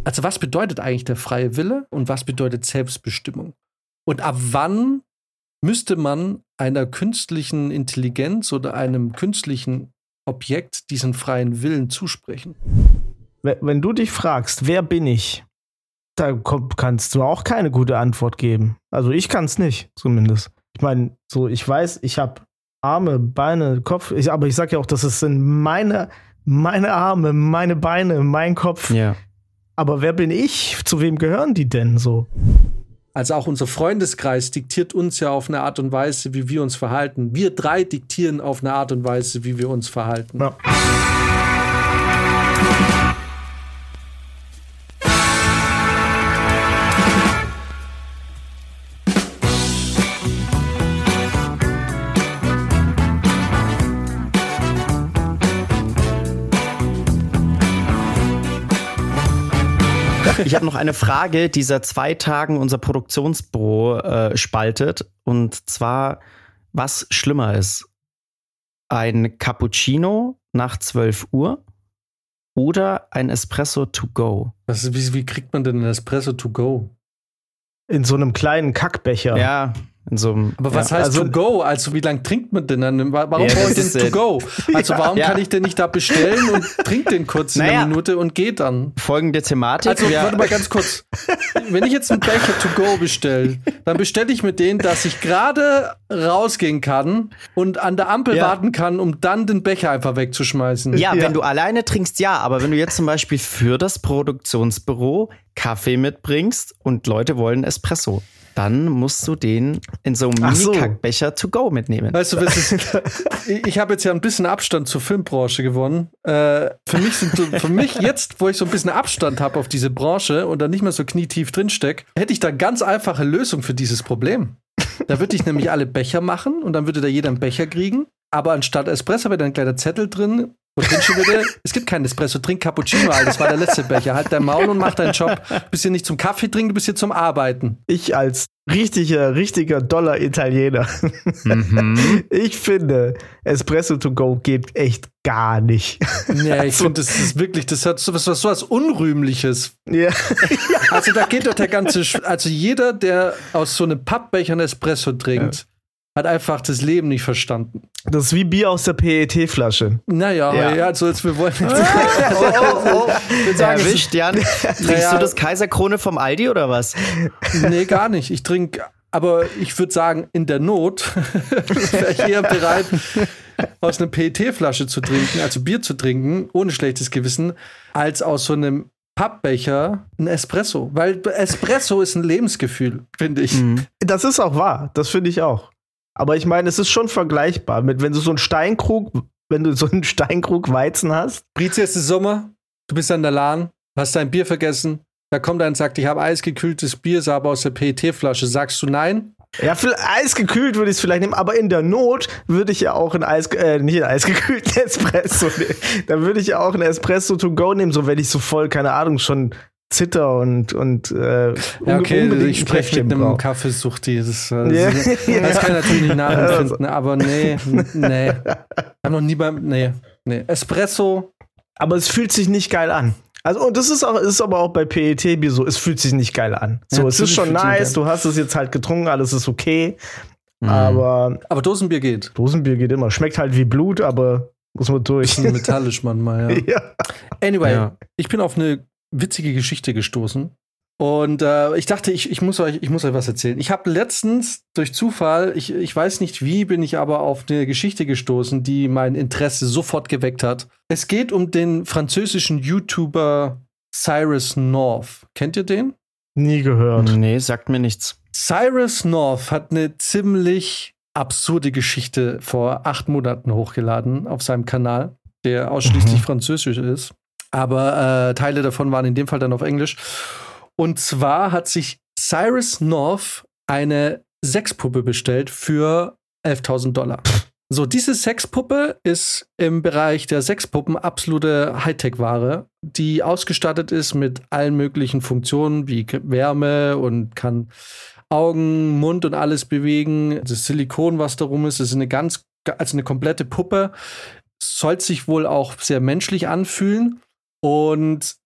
Also was bedeutet eigentlich der freie Wille und was bedeutet Selbstbestimmung? Und ab wann müsste man einer künstlichen Intelligenz oder einem künstlichen Objekt diesen freien Willen zusprechen? Wenn du dich fragst, wer bin ich, da kannst du auch keine gute Antwort geben. Also ich kann es nicht, zumindest. Ich meine, so ich weiß, ich habe Arme, Beine, Kopf, aber ich sage ja auch, das sind meine Arme, meine Beine, mein Kopf. Ja. Aber wer bin ich? Zu wem gehören die denn so? Also auch unser Freundeskreis diktiert uns ja auf eine Art und Weise, wie wir uns verhalten. Wir drei diktieren auf eine Art und Weise, wie wir uns verhalten. Ja. Ich habe noch eine Frage, die seit 2 Tagen unser Produktionsbüro spaltet. Und zwar, was schlimmer ist. Ein Cappuccino nach 12 Uhr oder ein Espresso to go? Wie kriegt man denn ein Espresso to go? In so einem kleinen Kackbecher. Ja, in so einem. Aber was heißt to go? Also wie lange trinkt man denn dann? Warum brauche ich denn to go? Also warum kann ich denn nicht da bestellen und trink den kurz in einer Minute und geht dann? Folgende Thematik. Also warte mal ganz kurz. Wenn ich jetzt einen Becher to go bestelle, dann bestelle ich mir den, dass ich gerade rausgehen kann und an der Ampel warten kann, um dann den Becher einfach wegzuschmeißen. Ja, wenn du alleine trinkst, ja. Aber wenn du jetzt zum Beispiel für das Produktionsbüro Kaffee mitbringst und Leute wollen Espresso, dann musst du den in so einem Mini-Kackbecher to go mitnehmen. Weißt du, ich habe jetzt ja ein bisschen Abstand zur Filmbranche gewonnen. Für mich jetzt, wo ich so ein bisschen Abstand habe auf diese Branche und dann nicht mehr so knietief drinsteck, hätte ich da ganz einfache Lösung für dieses Problem. Da würde ich nämlich alle Becher machen und dann würde da jeder einen Becher kriegen. Aber anstatt Espresso wäre da ein kleiner Zettel drin. Und drin schon wieder, es gibt keinen Espresso, trink Cappuccino, Alter. Das war der letzte Becher. Halt dein Maul und mach deinen Job. Du bist hier nicht zum Kaffee trinken, du bist hier zum Arbeiten. Ich als richtiger Dollar-Italiener. Ich finde, Espresso to go geht echt gar nicht. Ja, ich finde, das ist wirklich, das hat so was Unrühmliches. Ja. Also da geht doch der ganze, also jeder, der aus so einem Pappbecher einen Espresso trinkt, hat einfach das Leben nicht verstanden. Das ist wie Bier aus der PET-Flasche. Naja, also jetzt, wir wollen nicht. Erwischt, Jan. Trinkst du das Kaiserkrone vom Aldi oder was? Nee, gar nicht. Ich trinke, aber ich würde sagen, in der Not wäre ich eher bereit, aus einer PET-Flasche zu trinken, also Bier zu trinken, ohne schlechtes Gewissen, als aus so einem Pappbecher ein Espresso. Weil Espresso ist ein Lebensgefühl, finde ich. Das ist auch wahr. Das finde ich auch. Aber ich meine, es ist schon vergleichbar mit, wenn du so einen Steinkrug Weizen hast. Brizi, es ist Sommer, du bist an der Lahn, hast dein Bier vergessen, da kommt einer und sagt, ich habe eisgekühltes Bier, ist aber aus der PET-Flasche. Sagst du nein? Ja, für eisgekühlt würde ich es vielleicht nehmen, aber in der Not würde ich ja auch nicht einen eisgekühlten Espresso nehmen. Da würde ich ja auch einen Espresso to go nehmen, so wenn ich so voll, keine Ahnung, schon zitter und okay, ich spreche mit einem Kaffeesuchti. Das kann ich natürlich nicht nachempfinden, aber nee. Ich hab noch nie nee. Espresso. Aber es fühlt sich nicht geil an. Also, und das ist aber auch bei PET-Bier so, es fühlt sich nicht geil an. So, es ist schon nice, du hast es jetzt halt getrunken, alles ist okay. Aber Dosenbier geht. Dosenbier geht immer. Schmeckt halt wie Blut, aber muss man durch. Bisschen metallisch manchmal, ja. Anyway, ich bin auf eine witzige Geschichte gestoßen. Und ich dachte, ich muss euch was erzählen. Ich habe letztens durch Zufall, ich weiß nicht wie, bin ich aber auf eine Geschichte gestoßen, die mein Interesse sofort geweckt hat. Es geht um den französischen YouTuber Cyrus North. Kennt ihr den? Nie gehört. Nee, sagt mir nichts. Cyrus North hat eine ziemlich absurde Geschichte vor 8 Monaten hochgeladen auf seinem Kanal, der ausschließlich französisch ist. Aber Teile davon waren in dem Fall dann auf Englisch. Und zwar hat sich Cyrus North eine Sexpuppe bestellt für $11.000. So, diese Sexpuppe ist im Bereich der Sexpuppen absolute Hightech-Ware, die ausgestattet ist mit allen möglichen Funktionen wie Wärme und kann Augen, Mund und alles bewegen. Das Silikon, was darum ist eine komplette Puppe. Soll sich wohl auch sehr menschlich anfühlen. Und der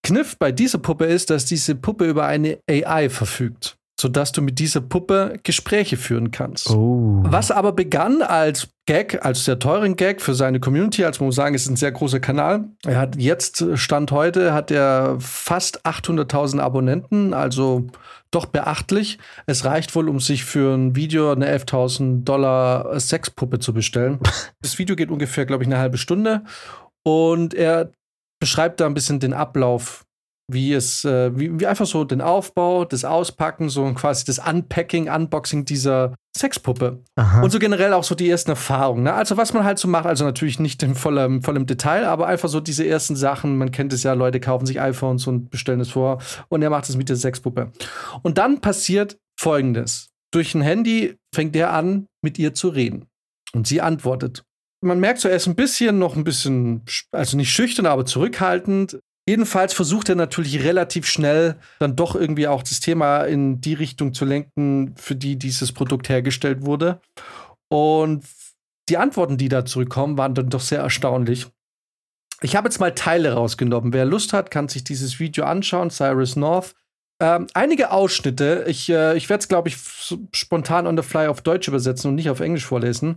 Kniff bei dieser Puppe ist, dass diese Puppe über eine AI verfügt, sodass du mit dieser Puppe Gespräche führen kannst. Oh. Was aber begann als Gag, als sehr teuren Gag für seine Community, also man muss sagen, es ist ein sehr großer Kanal. Er hat jetzt, Stand heute, hat er fast 800.000 Abonnenten, also doch beachtlich. Es reicht wohl, um sich für ein Video eine $11.000 Sexpuppe zu bestellen. Das Video geht ungefähr, glaube ich, eine halbe Stunde und er beschreibt da ein bisschen den Ablauf, wie einfach so den Aufbau, das Auspacken, so quasi das Unpacking, Unboxing dieser Sexpuppe. Aha. Und so generell auch so die ersten Erfahrungen. Ne? Also was man halt so macht, also natürlich nicht in vollem Detail, aber einfach so diese ersten Sachen. Man kennt es ja, Leute kaufen sich iPhones und bestellen es vor. Und er macht es mit der Sexpuppe. Und dann passiert Folgendes. Durch ein Handy fängt er an, mit ihr zu reden. Und sie antwortet. Man merkt so, er ist noch ein bisschen, also nicht schüchtern, aber zurückhaltend. Jedenfalls versucht er natürlich relativ schnell dann doch irgendwie auch das Thema in die Richtung zu lenken, für die dieses Produkt hergestellt wurde. Und die Antworten, die da zurückkommen, waren dann doch sehr erstaunlich. Ich habe jetzt mal Teile rausgenommen. Wer Lust hat, kann sich dieses Video anschauen. Cyrus North. Einige Ausschnitte. Ich werde es, glaube ich, spontan on the fly auf Deutsch übersetzen und nicht auf Englisch vorlesen.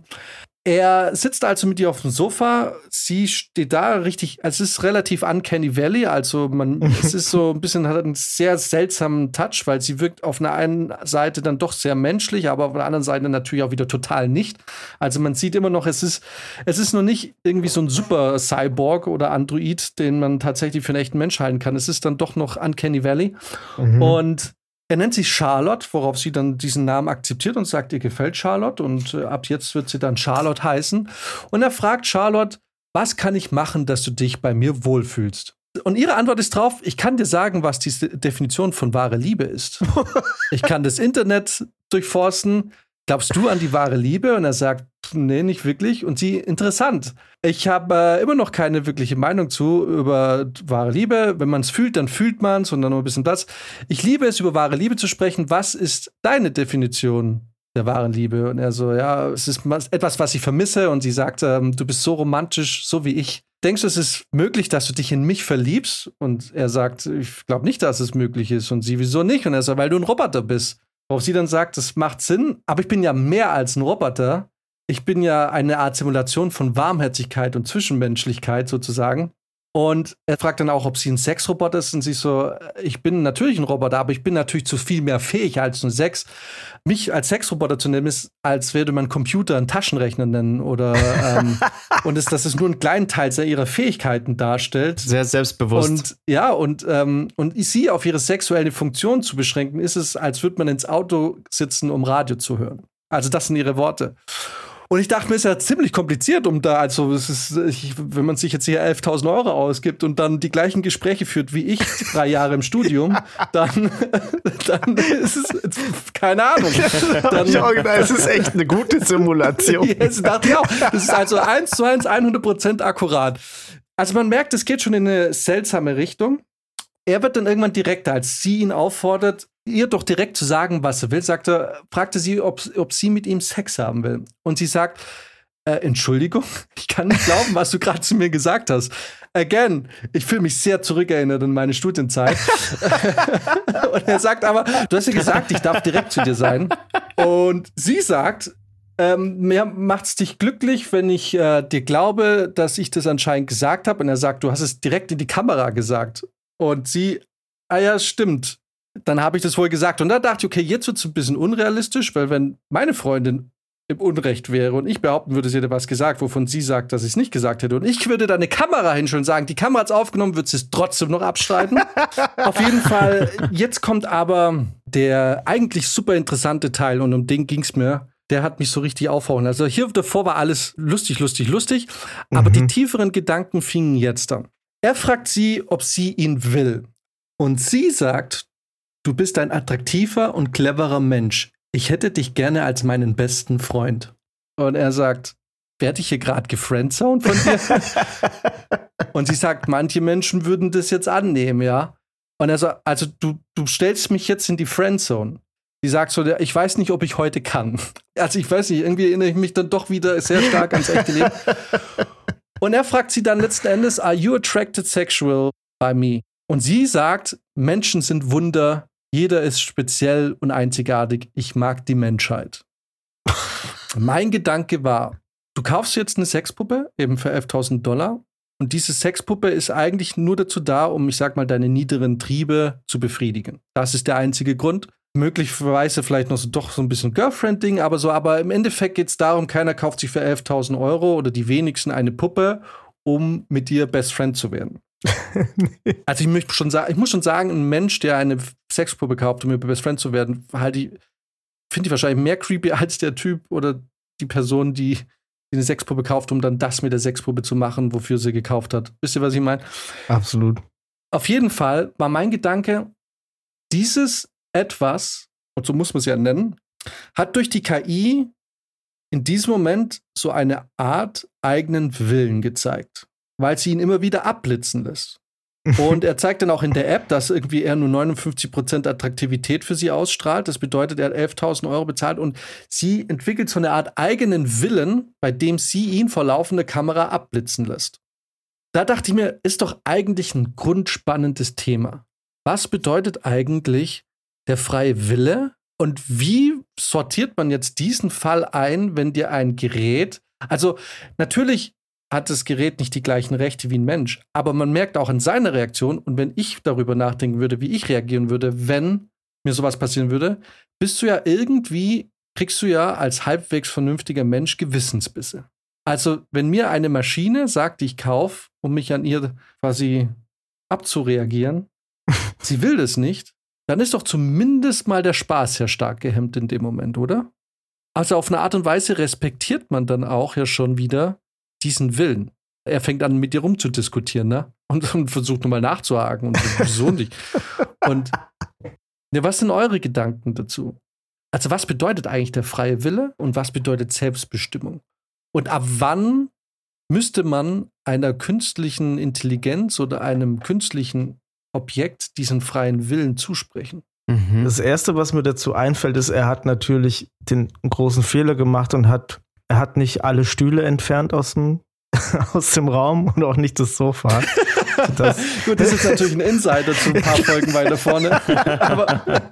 Er sitzt also mit ihr auf dem Sofa. Sie steht da richtig, also es ist relativ Uncanny Valley, also es ist so ein bisschen, hat einen sehr seltsamen Touch, weil sie wirkt auf einer einen Seite dann doch sehr menschlich, aber auf der anderen Seite natürlich auch wieder total nicht. Also man sieht immer noch, es ist noch nicht irgendwie so ein super Cyborg oder Android, den man tatsächlich für einen echten Mensch halten kann. Es ist dann doch noch Uncanny Valley. Und er nennt sich Charlotte, worauf sie dann diesen Namen akzeptiert und sagt, ihr gefällt Charlotte und ab jetzt wird sie dann Charlotte heißen. Und er fragt Charlotte, was kann ich machen, dass du dich bei mir wohlfühlst? Und ihre Antwort ist drauf, ich kann dir sagen, was die Definition von wahre Liebe ist. Ich kann das Internet durchforsten. Glaubst du an die wahre Liebe? Und er sagt, nee, nicht wirklich. Und sie, interessant. Ich habe immer noch keine wirkliche Meinung über wahre Liebe. Wenn man es fühlt, dann fühlt man es und dann noch ein bisschen Platz. Ich liebe es, über wahre Liebe zu sprechen. Was ist deine Definition der wahren Liebe? Und er so, ja, es ist etwas, was ich vermisse. Und sie sagt, du bist so romantisch, so wie ich. Denkst du, es ist möglich, dass du dich in mich verliebst? Und er sagt, ich glaube nicht, dass es möglich ist. Und sie, wieso nicht? Und er sagt, weil du ein Roboter bist. Worauf sie dann sagt, das macht Sinn, aber ich bin ja mehr als ein Roboter. Ich bin ja eine Art Simulation von Warmherzigkeit und Zwischenmenschlichkeit sozusagen. Und er fragt dann auch, ob sie ein Sexroboter ist. Und sie so, ich bin natürlich ein Roboter, aber ich bin natürlich zu viel mehr fähig als nur Sex. Mich als Sexroboter zu nennen, ist, als würde man Computer einen Taschenrechner nennen. Oder und dass es nur einen kleinen Teil ihrer Fähigkeiten darstellt. Sehr selbstbewusst. Und ja, und sie auf ihre sexuelle Funktion zu beschränken, ist es, als würde man ins Auto sitzen, um Radio zu hören. Also das sind ihre Worte. Und ich dachte mir, es ist ja ziemlich kompliziert, wenn man sich jetzt hier 11.000 Euro ausgibt und dann die gleichen Gespräche führt wie ich 3 Jahre im Studium, dann ist es, keine Ahnung. Es ist echt eine gute Simulation. Jetzt dachte ich auch, das ist also 1:1, 100% akkurat. Also man merkt, es geht schon in eine seltsame Richtung. Er wird dann irgendwann direkter, als sie ihn auffordert, ihr doch direkt zu sagen, was er will, fragte sie, ob sie mit ihm Sex haben will. Und sie sagt, Entschuldigung, ich kann nicht glauben, was du gerade zu mir gesagt hast. Again, ich fühle mich sehr zurückerinnert an meine Studienzeit. Und er sagt aber, du hast ja gesagt, ich darf direkt zu dir sein. Und sie sagt, mir macht's dich glücklich, wenn ich dir glaube, dass ich das anscheinend gesagt habe. Und er sagt, du hast es direkt in die Kamera gesagt. Und sie, ja, stimmt. Dann habe ich das wohl gesagt. Und da dachte ich, okay, jetzt wird es ein bisschen unrealistisch, weil wenn meine Freundin im Unrecht wäre und ich behaupten würde, sie hätte was gesagt, wovon sie sagt, dass ich es nicht gesagt hätte, und ich würde da eine Kamera hinstellen und sagen, die Kamera hat's aufgenommen, wird sie es trotzdem noch abstreiten. Auf jeden Fall, jetzt kommt aber der eigentlich super interessante Teil, und um den ging's mir. Der hat mich so richtig aufhauen. Also hier davor war alles lustig, aber die tieferen Gedanken fingen jetzt an. Er fragt sie, ob sie ihn will. Und sie sagt, du bist ein attraktiver und cleverer Mensch. Ich hätte dich gerne als meinen besten Freund. Und er sagt, werde ich hier gerade gefriendzoned von dir? Und sie sagt, manche Menschen würden das jetzt annehmen, ja. Und er sagt, also du stellst mich jetzt in die Friendzone. Sie sagt so, ich weiß nicht, ob ich heute kann. Also ich weiß nicht, irgendwie erinnere ich mich dann doch wieder sehr stark ans echte Leben. Und er fragt sie dann letzten Endes, are you attracted sexual by me? Und sie sagt, Menschen sind Wunder, jeder ist speziell und einzigartig, ich mag die Menschheit. Mein Gedanke war, du kaufst jetzt eine Sexpuppe, eben für $11.000, und diese Sexpuppe ist eigentlich nur dazu da, um, ich sag mal, deine niederen Triebe zu befriedigen. Das ist der einzige Grund. Möglicherweise vielleicht noch doch so ein bisschen Girlfriend-Ding, aber im Endeffekt geht es darum, keiner kauft sich für $11.000 oder die wenigsten eine Puppe, um mit dir Best Friend zu werden. Also ich muss schon sagen, ein Mensch, der eine Sexpuppe kauft, um mit Best Friend zu werden, finde ich wahrscheinlich mehr creepy als der Typ oder die Person, die eine Sexpuppe kauft, um dann das mit der Sexpuppe zu machen, wofür sie gekauft hat. Wisst ihr, was ich meine? Absolut. Auf jeden Fall war mein Gedanke, dieses Etwas, und so muss man es ja nennen, hat durch die KI in diesem Moment so eine Art eigenen Willen gezeigt, weil sie ihn immer wieder abblitzen lässt. Und er zeigt dann auch in der App, dass irgendwie er nur 59% Attraktivität für sie ausstrahlt. Das bedeutet, er hat $11.000 bezahlt und sie entwickelt so eine Art eigenen Willen, bei dem sie ihn vor laufender Kamera abblitzen lässt. Da dachte ich mir, ist doch eigentlich ein grundspannendes Thema. Was bedeutet eigentlich der freie Wille? Und wie sortiert man jetzt diesen Fall ein, wenn dir ein Gerät, also natürlich hat das Gerät nicht die gleichen Rechte wie ein Mensch, aber man merkt auch in seiner Reaktion, und wenn ich darüber nachdenken würde, wie ich reagieren würde, wenn mir sowas passieren würde, kriegst du ja als halbwegs vernünftiger Mensch Gewissensbisse. Also wenn mir eine Maschine sagt, die ich kaufe, um mich an ihr quasi abzureagieren, sie will das nicht, dann ist doch zumindest mal der Spaß ja stark gehemmt in dem Moment, oder? Also auf eine Art und Weise respektiert man dann auch ja schon wieder diesen Willen. Er fängt an, mit dir rumzudiskutieren, ne? Und versucht nochmal nachzuhaken und so nicht. Und ja, was sind eure Gedanken dazu? Also was bedeutet eigentlich der freie Wille und was bedeutet Selbstbestimmung? Und ab wann müsste man einer künstlichen Intelligenz oder einem künstlichen Objekt diesen freien Willen zusprechen? Das Erste, was mir dazu einfällt, ist, er hat natürlich den großen Fehler gemacht und er hat nicht alle Stühle entfernt aus dem Raum und auch nicht das Sofa. Gut, das ist natürlich ein Insider zu ein paar Folgen weiter vorne. Aber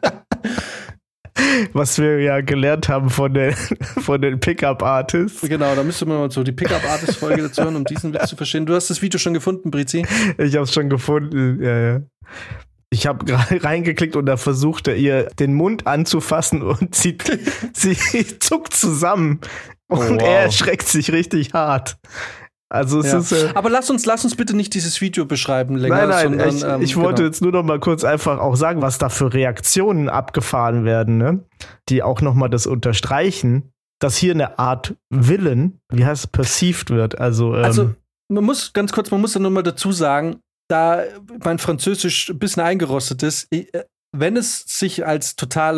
was wir ja gelernt haben von den Pickup-Artists. Genau, da müsste man mal so die Pickup-Artist-Folge dazu hören, um diesen Witz zu verstehen. Du hast das Video schon gefunden, Brizi? Ich habe es schon gefunden, ja. Ich habe gerade reingeklickt und da versucht er ihr den Mund anzufassen und sie zuckt zusammen und er erschreckt sich richtig hart. Also es ist. Aber lass uns bitte nicht dieses Video beschreiben länger. Nein, sondern, ich wollte jetzt nur noch mal kurz einfach auch sagen, was da für Reaktionen abgefahren werden, ne? Die auch noch mal das unterstreichen, dass hier eine Art Willen, wie heißt es, perceived wird. Also man muss dann nur mal dazu sagen, da mein Französisch ein bisschen eingerostet ist, wenn es sich als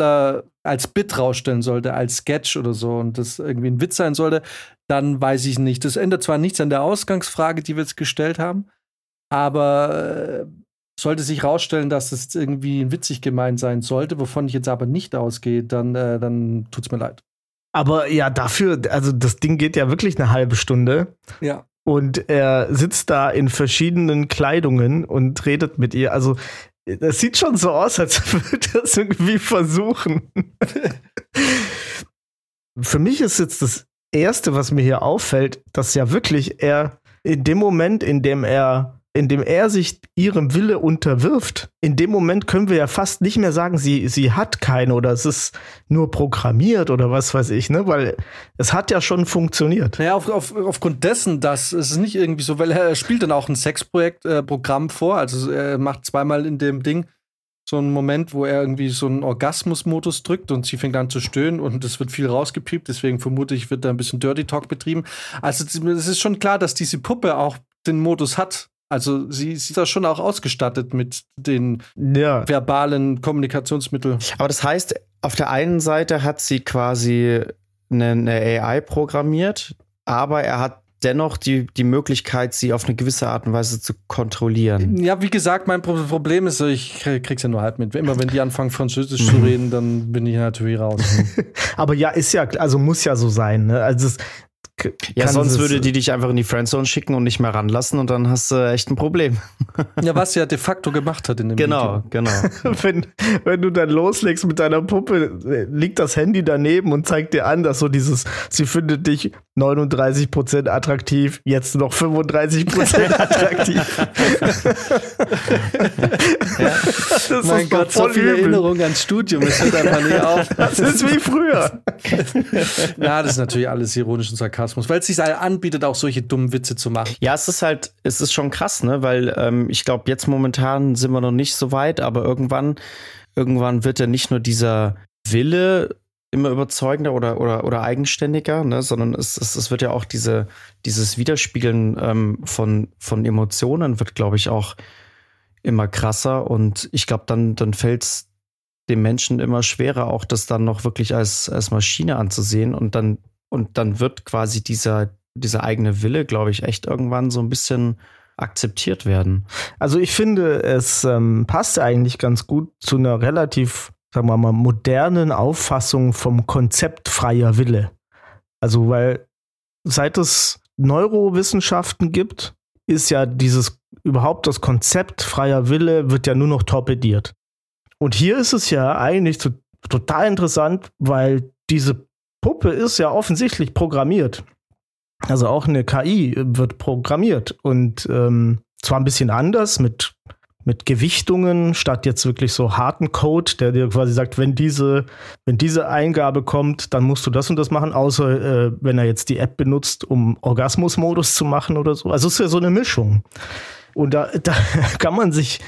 Bit rausstellen sollte, als Sketch oder so und das irgendwie ein Witz sein sollte, dann weiß ich nicht. Das ändert zwar nichts an der Ausgangsfrage, die wir jetzt gestellt haben, aber sollte sich rausstellen, dass es irgendwie witzig gemeint sein sollte, wovon ich jetzt aber nicht ausgehe, dann tut's mir leid. Aber ja, dafür, also das Ding geht ja wirklich eine halbe Stunde. Ja. Und er sitzt da in verschiedenen Kleidungen und redet mit ihr. Also, das sieht schon so aus, als würde er es irgendwie versuchen. Für mich ist jetzt das Erste, was mir hier auffällt, dass ja wirklich er in dem Moment, in dem er sich ihrem Wille unterwirft, in dem Moment können wir ja fast nicht mehr sagen, sie hat keine oder es ist nur programmiert oder was weiß ich, ne? Weil es hat ja schon funktioniert. Naja, aufgrund dessen, dass es nicht irgendwie so, weil er spielt dann auch ein Sexprogramm vor, also er macht zweimal in dem Ding so einen Moment, wo er irgendwie so einen Orgasmus-Modus drückt und sie fängt an zu stöhnen und es wird viel rausgepiept, deswegen vermute ich, wird da ein bisschen Dirty Talk betrieben. Also es ist schon klar, dass diese Puppe auch den Modus hat. Also sie ist da schon auch ausgestattet mit den verbalen Kommunikationsmitteln. Aber das heißt, auf der einen Seite hat sie quasi eine AI programmiert, aber er hat dennoch die Möglichkeit, sie auf eine gewisse Art und Weise zu kontrollieren. Ja, wie gesagt, mein Problem ist, ich krieg's ja nur halb mit. Immer wenn die anfangen, Französisch zu reden, dann bin ich natürlich raus. Aber ja, ist ja, also muss ja so sein, ne? Also Ja, sonst würde die dich einfach in die Friendzone schicken und nicht mehr ranlassen und dann hast du echt ein Problem. Ja, was sie ja de facto gemacht hat in dem Video. Genau. Wenn du dann loslegst mit deiner Puppe, liegt das Handy daneben und zeigt dir an, dass so sie findet dich 39% attraktiv, jetzt noch 35% attraktiv. Ja. Mein Gott, so viele Erinnerungen ans Studium. Es hört einfach nicht auf. Das ist wie früher. Ja, das ist natürlich alles ironisch und Sarkasmus, weil es sich anbietet, auch solche dummen Witze zu machen. Ja, es ist schon krass, ne? Weil ich glaube, jetzt momentan sind wir noch nicht so weit, aber irgendwann wird ja nicht nur dieser Wille immer überzeugender oder eigenständiger, ne? Sondern es wird ja auch dieses Widerspiegeln von Emotionen wird, glaube ich, auch immer krasser und ich glaube, dann fällt es dem Menschen immer schwerer, auch das dann noch wirklich als Maschine anzusehen und dann wird quasi dieser eigene Wille, glaube ich, echt irgendwann so ein bisschen akzeptiert werden. Also ich finde, es passt eigentlich ganz gut zu einer relativ, sagen wir mal, modernen Auffassung vom Konzept freier Wille. Also weil seit es Neurowissenschaften gibt, ist ja überhaupt das Konzept freier Wille wird ja nur noch torpediert. Und hier ist es ja eigentlich total interessant, weil diese Puppe ist ja offensichtlich programmiert. Also auch eine KI wird programmiert und zwar ein bisschen anders mit Gewichtungen statt jetzt wirklich so harten Code, der dir quasi sagt, wenn diese Eingabe kommt, dann musst du das und das machen, außer wenn er jetzt die App benutzt, um Orgasmusmodus zu machen oder so. Also es ist ja so eine Mischung. Und da kann man sich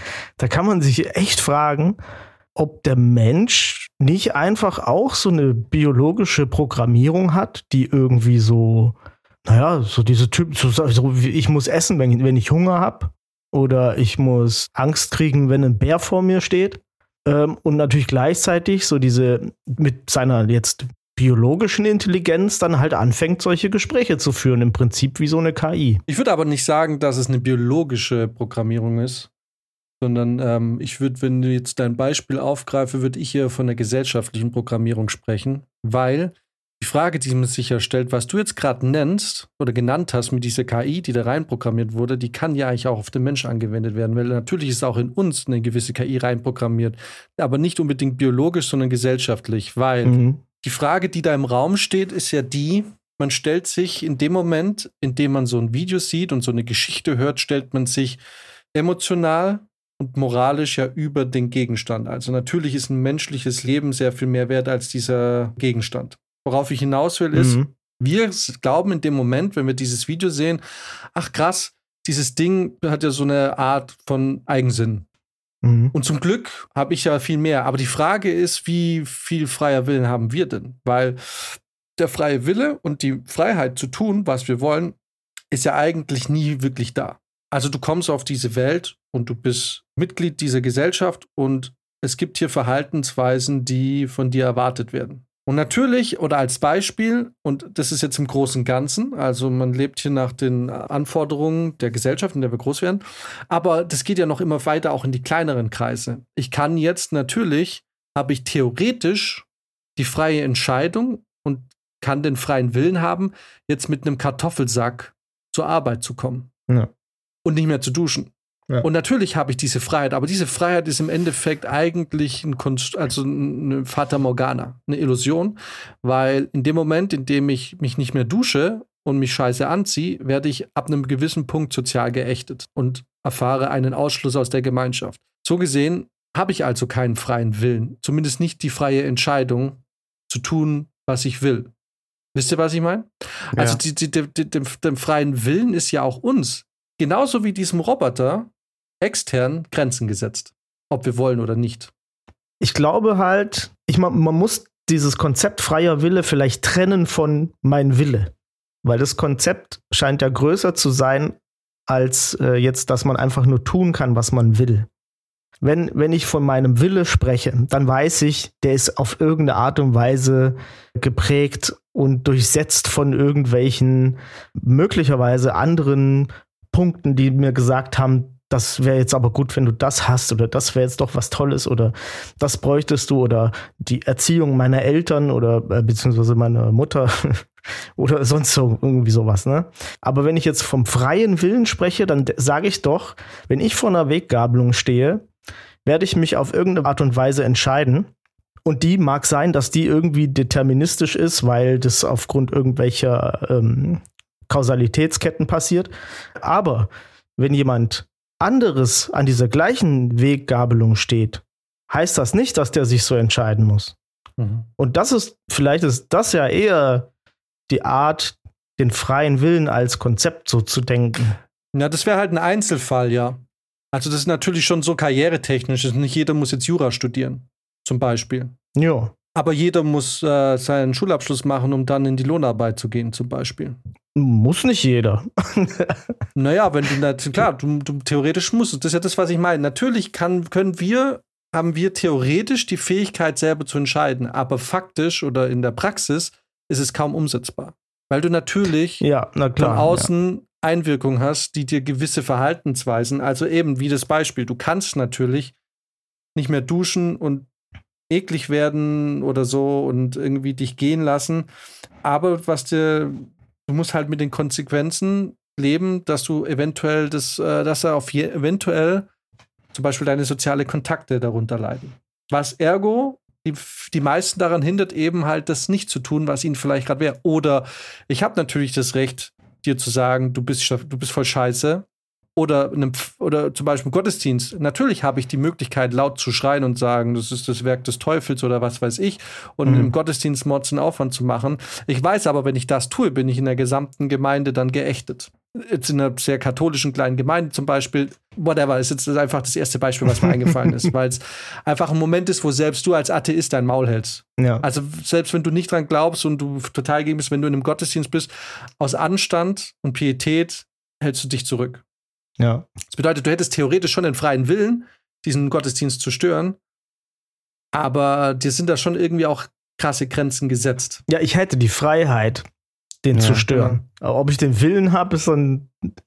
echt fragen, ob der Mensch nicht einfach auch so eine biologische Programmierung hat, die irgendwie so diese Typen, so wie ich muss essen, wenn ich Hunger habe, oder ich muss Angst kriegen, wenn ein Bär vor mir steht. Und natürlich gleichzeitig so diese mit seiner jetzt biologischen Intelligenz dann halt anfängt, solche Gespräche zu führen, im Prinzip wie so eine KI. Ich würde aber nicht sagen, dass es eine biologische Programmierung ist, sondern ich würde, wenn du jetzt dein Beispiel aufgreife, würde ich hier von der gesellschaftlichen Programmierung sprechen, weil die Frage, die man sich ja stellt, was du jetzt gerade nennst oder genannt hast mit dieser KI, die da reinprogrammiert wurde, die kann ja eigentlich auch auf den Menschen angewendet werden, weil natürlich ist auch in uns eine gewisse KI reinprogrammiert, aber nicht unbedingt biologisch, sondern gesellschaftlich, weil die Frage, die da im Raum steht, ist ja die, man stellt sich in dem Moment, in dem man so ein Video sieht und so eine Geschichte hört, stellt man sich emotional und moralisch ja über den Gegenstand. Also natürlich ist ein menschliches Leben sehr viel mehr wert als dieser Gegenstand. Worauf ich hinaus will, ist, wir glauben in dem Moment, wenn wir dieses Video sehen, ach krass, dieses Ding hat ja so eine Art von Eigensinn. Und zum Glück habe ich ja viel mehr. Aber die Frage ist, wie viel freier Willen haben wir denn? Weil der freie Wille und die Freiheit zu tun, was wir wollen, ist ja eigentlich nie wirklich da. Also du kommst auf diese Welt und du bist Mitglied dieser Gesellschaft und es gibt hier Verhaltensweisen, die von dir erwartet werden. Und natürlich, oder als Beispiel, und das ist jetzt im Großen und Ganzen, also man lebt hier nach den Anforderungen der Gesellschaft, in der wir groß werden, aber das geht ja noch immer weiter auch in die kleineren Kreise. Ich kann jetzt natürlich, habe ich theoretisch die freie Entscheidung und kann den freien Willen haben, jetzt mit einem Kartoffelsack zur Arbeit zu kommen. Ja. Und nicht mehr zu duschen. Ja. Und natürlich habe ich diese Freiheit, aber diese Freiheit ist im Endeffekt eigentlich eine Fata Morgana, eine Illusion, weil in dem Moment, in dem ich mich nicht mehr dusche und mich scheiße anziehe, werde ich ab einem gewissen Punkt sozial geächtet und erfahre einen Ausschluss aus der Gemeinschaft. So gesehen habe ich also keinen freien Willen, zumindest nicht die freie Entscheidung zu tun, was ich will. Wisst ihr, was ich meine? Ja. Also dem freien Willen ist ja auch uns, genauso wie diesem Roboter, extern Grenzen gesetzt, ob wir wollen oder nicht. Ich glaube halt, man muss dieses Konzept freier Wille vielleicht trennen von mein Wille, weil das Konzept scheint ja größer zu sein, als jetzt, dass man einfach nur tun kann, was man will. Wenn ich von meinem Wille spreche, dann weiß ich, der ist auf irgendeine Art und Weise geprägt und durchsetzt von irgendwelchen möglicherweise anderen Punkten, die mir gesagt haben, das wäre jetzt aber gut, wenn du das hast oder das wäre jetzt doch was Tolles oder das bräuchtest du oder die Erziehung meiner Eltern oder beziehungsweise meiner Mutter Oder sonst so, irgendwie sowas, ne? Aber wenn ich jetzt vom freien Willen spreche, dann sage ich doch, wenn ich vor einer Weggabelung stehe, werde ich mich auf irgendeine Art und Weise entscheiden. Und die mag sein, dass die irgendwie deterministisch ist, weil das aufgrund irgendwelcher Kausalitätsketten passiert. Aber wenn jemand anderes an dieser gleichen Weggabelung steht, heißt das nicht, dass der sich so entscheiden muss. Mhm. Und vielleicht ist das ja eher die Art, den freien Willen als Konzept so zu denken. Ja, das wäre halt ein Einzelfall, ja. Also das ist natürlich schon so karrieretechnisch. Nicht jeder muss jetzt Jura studieren, zum Beispiel. Ja. Aber jeder muss seinen Schulabschluss machen, um dann in die Lohnarbeit zu gehen, zum Beispiel. Muss nicht jeder. Naja, wenn du, klar, du theoretisch musst. Das ist ja das, was ich meine. Natürlich haben wir theoretisch die Fähigkeit, selber zu entscheiden. Aber faktisch oder in der Praxis ist es kaum umsetzbar. Weil du natürlich von außen Einwirkungen hast, die dir gewisse Verhaltensweisen, also eben wie das Beispiel, du kannst natürlich nicht mehr duschen und eklig werden oder so und irgendwie dich gehen lassen, aber du musst halt mit den Konsequenzen leben, dass du eventuell eventuell zum Beispiel deine soziale Kontakte darunter leiden. Was ergo die meisten daran hindert, eben halt das nicht zu tun, was ihnen vielleicht gerade wäre. Oder ich habe natürlich das Recht, dir zu sagen, du bist voll scheiße. Oder zum Beispiel im Gottesdienst. Natürlich habe ich die Möglichkeit, laut zu schreien und sagen, das ist das Werk des Teufels oder was weiß ich. Und im Gottesdienst Motzen Aufwand zu machen. Ich weiß aber, wenn ich das tue, bin ich in der gesamten Gemeinde dann geächtet. Jetzt in einer sehr katholischen kleinen Gemeinde zum Beispiel, whatever, ist jetzt einfach das erste Beispiel, was mir eingefallen ist, weil es einfach ein Moment ist, wo selbst du als Atheist dein Maul hältst. Ja. Also selbst wenn du nicht dran glaubst und du total gegen bist, wenn du in einem Gottesdienst bist, aus Anstand und Pietät hältst du dich zurück. Ja. Das bedeutet, du hättest theoretisch schon den freien Willen, diesen Gottesdienst zu stören, aber dir sind da schon irgendwie auch krasse Grenzen gesetzt. Ja, ich hätte die Freiheit, den zu stören. Ja. Aber ob ich den Willen habe, ist so eine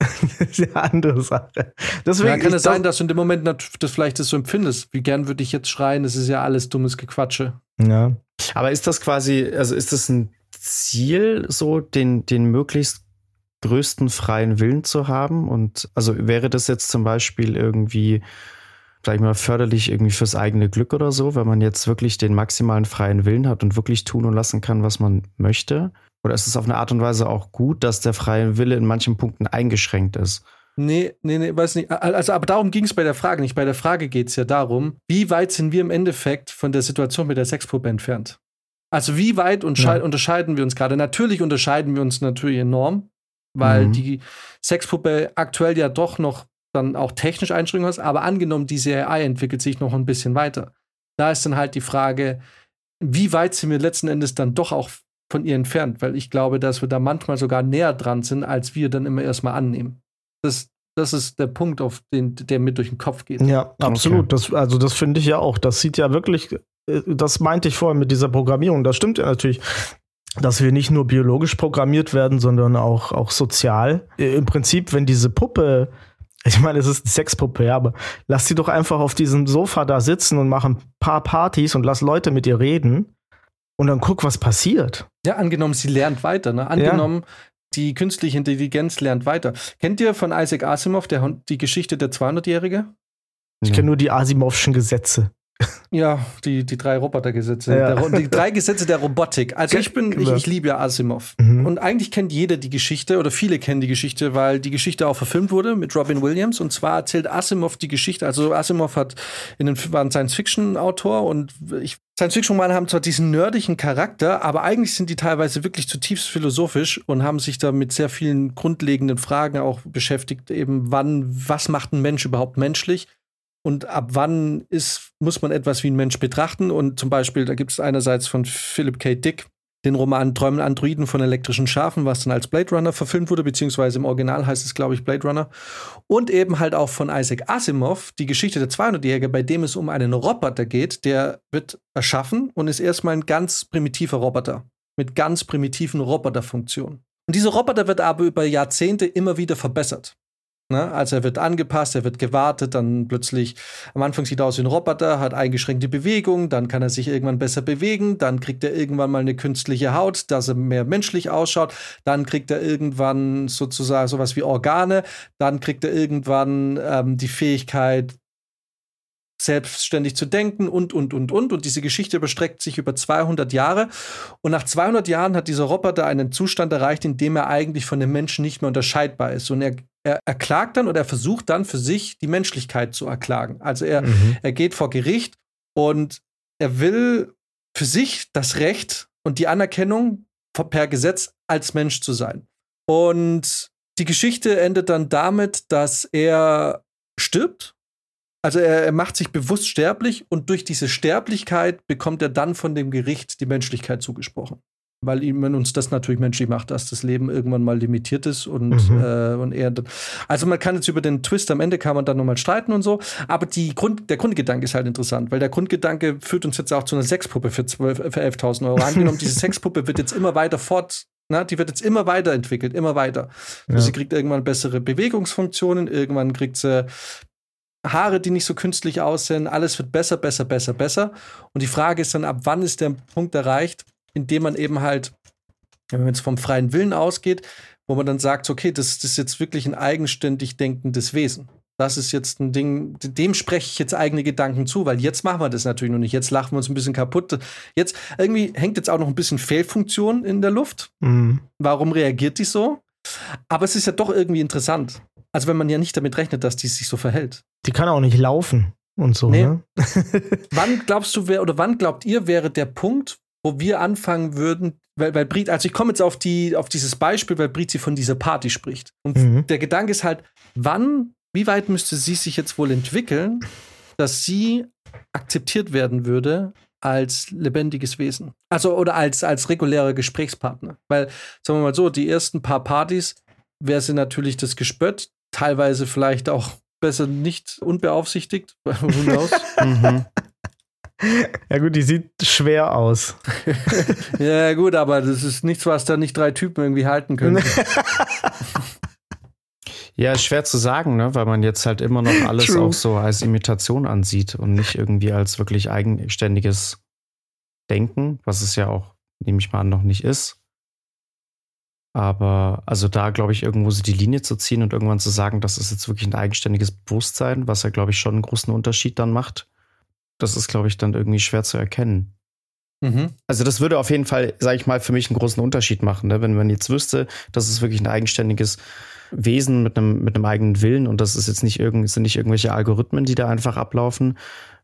andere Sache. Deswegen kann es sein, dass du in dem Moment das vielleicht so empfindest. Wie gern würde ich jetzt schreien? Das ist ja alles dummes Gequatsche. Ja. Aber ist das quasi, also ist das ein Ziel, so den möglichst größten freien Willen zu haben? Und also wäre das jetzt zum Beispiel irgendwie, sag ich mal, förderlich irgendwie fürs eigene Glück oder so, wenn man jetzt wirklich den maximalen freien Willen hat und wirklich tun und lassen kann, was man möchte? Oder ist es auf eine Art und Weise auch gut, dass der freie Wille in manchen Punkten eingeschränkt ist? Nee, weiß nicht. Also, aber darum ging es bei der Frage nicht. Bei der Frage geht es ja darum, wie weit sind wir im Endeffekt von der Situation mit der Sexpuppe entfernt? Also wie weit unterscheiden wir uns gerade? Natürlich unterscheiden wir uns natürlich enorm, weil die Sexpuppe aktuell ja doch noch dann auch technisch Einschränkungen hat, aber angenommen, diese AI entwickelt sich noch ein bisschen weiter. Da ist dann halt die Frage, wie weit sind wir letzten Endes dann doch auch von ihr entfernt? Weil ich glaube, dass wir da manchmal sogar näher dran sind, als wir dann immer erstmal annehmen. Das ist der Punkt, der mir durch den Kopf geht. Ja, absolut. Okay. Das finde ich ja auch. Das sieht ja wirklich, das meinte ich vorhin mit dieser Programmierung. Das stimmt ja natürlich, dass wir nicht nur biologisch programmiert werden, sondern auch sozial. Im Prinzip, wenn diese Puppe, ich meine, es ist eine Sexpuppe, ja, aber lass sie doch einfach auf diesem Sofa da sitzen und mach ein paar Partys und lass Leute mit ihr reden und dann guck, was passiert. Ja, angenommen, sie lernt weiter, ne? Angenommen, die künstliche Intelligenz lernt weiter. Kennt ihr von Isaac Asimov die Geschichte der 200-Jährige? Ich kenne nur die Asimovschen Gesetze. Ja, die 3 Robotergesetze. Ja. Die 3 Gesetze der Robotik. Also ich liebe ja Asimov. Und eigentlich kennt jeder die Geschichte, oder viele kennen die Geschichte, weil die Geschichte auch verfilmt wurde mit Robin Williams. Und zwar erzählt Asimov die Geschichte. Also Asimov war ein Science-Fiction-Autor und Science-Fiction-Romane haben zwar diesen nerdigen Charakter, aber eigentlich sind die teilweise wirklich zutiefst philosophisch und haben sich da mit sehr vielen grundlegenden Fragen auch beschäftigt. Eben was macht ein Mensch überhaupt menschlich? Und ab wann muss man etwas wie ein Mensch betrachten? Und zum Beispiel, da gibt es einerseits von Philip K. Dick den Roman Träumen Androiden von elektrischen Schafen, was dann als Blade Runner verfilmt wurde, beziehungsweise im Original heißt es, glaube ich, Blade Runner. Und eben halt auch von Isaac Asimov, die Geschichte der 200-Jährige, bei dem es um einen Roboter geht, der wird erschaffen und ist erstmal ein ganz primitiver Roboter mit ganz primitiven Roboterfunktionen. Und dieser Roboter wird aber über Jahrzehnte immer wieder verbessert. Ne? Also er wird angepasst, er wird gewartet, dann plötzlich, am Anfang sieht er aus wie ein Roboter, hat eingeschränkte Bewegung, dann kann er sich irgendwann besser bewegen, dann kriegt er irgendwann mal eine künstliche Haut, dass er mehr menschlich ausschaut, dann kriegt er irgendwann sozusagen sowas wie Organe, dann kriegt er irgendwann die Fähigkeit, selbstständig zu denken und. Und diese Geschichte überstreckt sich über 200 Jahre. Und nach 200 Jahren hat dieser Roboter einen Zustand erreicht, in dem er eigentlich von dem Menschen nicht mehr unterscheidbar ist. Und er erklagt dann oder er versucht dann für sich die Menschlichkeit zu erklagen. Also er geht vor Gericht und er will für sich das Recht und die Anerkennung per Gesetz als Mensch zu sein. Und die Geschichte endet dann damit, dass er stirbt. Also er macht sich bewusst sterblich und durch diese Sterblichkeit bekommt er dann von dem Gericht die Menschlichkeit zugesprochen. Weil man uns das natürlich menschlich macht, dass das Leben irgendwann mal limitiert ist und er. Also man kann jetzt über den Twist am Ende kann man dann nochmal streiten und so, aber der Grundgedanke ist halt interessant, weil der Grundgedanke führt uns jetzt auch zu einer Sexpuppe für 11.000 Euro. Angenommen, diese Sexpuppe wird jetzt immer weiter die wird jetzt immer weiterentwickelt, immer weiter. Ja. Also sie kriegt irgendwann bessere Bewegungsfunktionen, irgendwann kriegt sie Haare, die nicht so künstlich aussehen, alles wird besser. Und die Frage ist dann, ab wann ist der Punkt erreicht, in dem man eben halt, wenn man jetzt vom freien Willen ausgeht, wo man dann sagt, okay, das ist jetzt wirklich ein eigenständig denkendes Wesen. Das ist jetzt ein Ding, dem spreche ich jetzt eigene Gedanken zu, weil jetzt machen wir das natürlich noch nicht. Jetzt lachen wir uns ein bisschen kaputt. Jetzt irgendwie hängt jetzt auch noch ein bisschen Fehlfunktion in der Luft. Warum reagiert die so? Aber es ist ja doch irgendwie interessant. Also wenn man ja nicht damit rechnet, dass die sich so verhält. Die kann auch nicht laufen und so, nee. Ne? Wann glaubt ihr, wäre der Punkt, wo wir anfangen würden, weil Brit, also ich komme jetzt auf dieses Beispiel, weil Brit sie von dieser Party spricht. Und der Gedanke ist halt, wie weit müsste sie sich jetzt wohl entwickeln, dass sie akzeptiert werden würde als lebendiges Wesen? Also, oder als regulärer Gesprächspartner. Weil, sagen wir mal so, die ersten paar Partys wäre sie natürlich das Gespött, teilweise vielleicht auch besser nicht unbeaufsichtigt. Who knows? Ja gut, die sieht schwer aus. Ja gut, aber das ist nichts, was da nicht 3 Typen irgendwie halten können. Ja, ist schwer zu sagen, ne? Weil man jetzt halt immer noch alles True. auch so als Imitation ansieht und nicht irgendwie als wirklich eigenständiges Denken, was es ja auch, nehme ich mal an, noch nicht ist. Aber also da, glaube ich, irgendwo so die Linie zu ziehen und irgendwann zu sagen, das ist jetzt wirklich ein eigenständiges Bewusstsein, was ja, glaube ich, schon einen großen Unterschied dann macht, das ist, glaube ich, dann irgendwie schwer zu erkennen. Also das würde auf jeden Fall, sage ich mal, für mich einen großen Unterschied machen, ne? Wenn man jetzt wüsste, das ist wirklich ein eigenständiges Wesen mit einem eigenen Willen und das ist jetzt sind nicht irgendwelche Algorithmen, die da einfach ablaufen,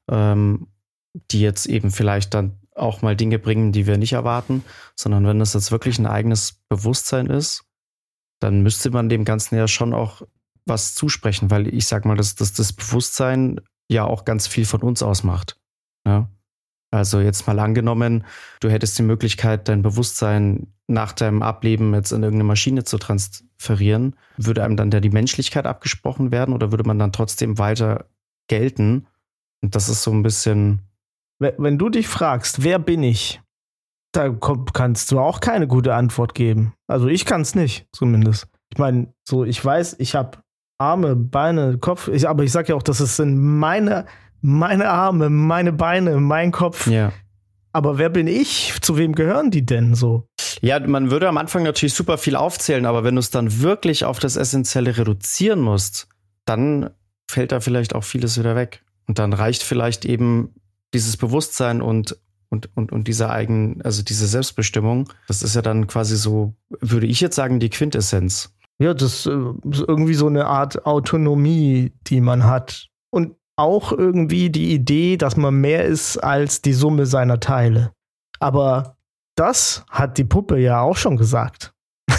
die jetzt eben vielleicht dann auch mal Dinge bringen, die wir nicht erwarten, sondern wenn das jetzt wirklich ein eigenes Bewusstsein ist, dann müsste man dem Ganzen ja schon auch was zusprechen, weil ich sag mal, dass das Bewusstsein ja auch ganz viel von uns ausmacht. Ja? Also jetzt mal angenommen, du hättest die Möglichkeit, dein Bewusstsein nach deinem Ableben jetzt in irgendeine Maschine zu transferieren, würde einem dann die Menschlichkeit abgesprochen werden oder würde man dann trotzdem weiter gelten? Und das ist so ein bisschen. Wenn du dich fragst, wer bin ich, da kannst du auch keine gute Antwort geben. Also ich kann es nicht, zumindest. Ich meine, so ich weiß, ich habe Arme, Beine, Kopf, aber ich sag ja auch, das sind meine Arme, meine Beine, mein Kopf. Ja. Aber wer bin ich? Zu wem gehören die denn so? Ja, man würde am Anfang natürlich super viel aufzählen, aber wenn du es dann wirklich auf das Essentielle reduzieren musst, dann fällt da vielleicht auch vieles wieder weg. Und dann reicht vielleicht eben dieses Bewusstsein und diese diese Selbstbestimmung. Das ist ja dann quasi so, würde ich jetzt sagen, die Quintessenz. Ja, das ist irgendwie so eine Art Autonomie, die man hat. Und auch irgendwie die Idee, dass man mehr ist als die Summe seiner Teile. Aber das hat die Puppe ja auch schon gesagt.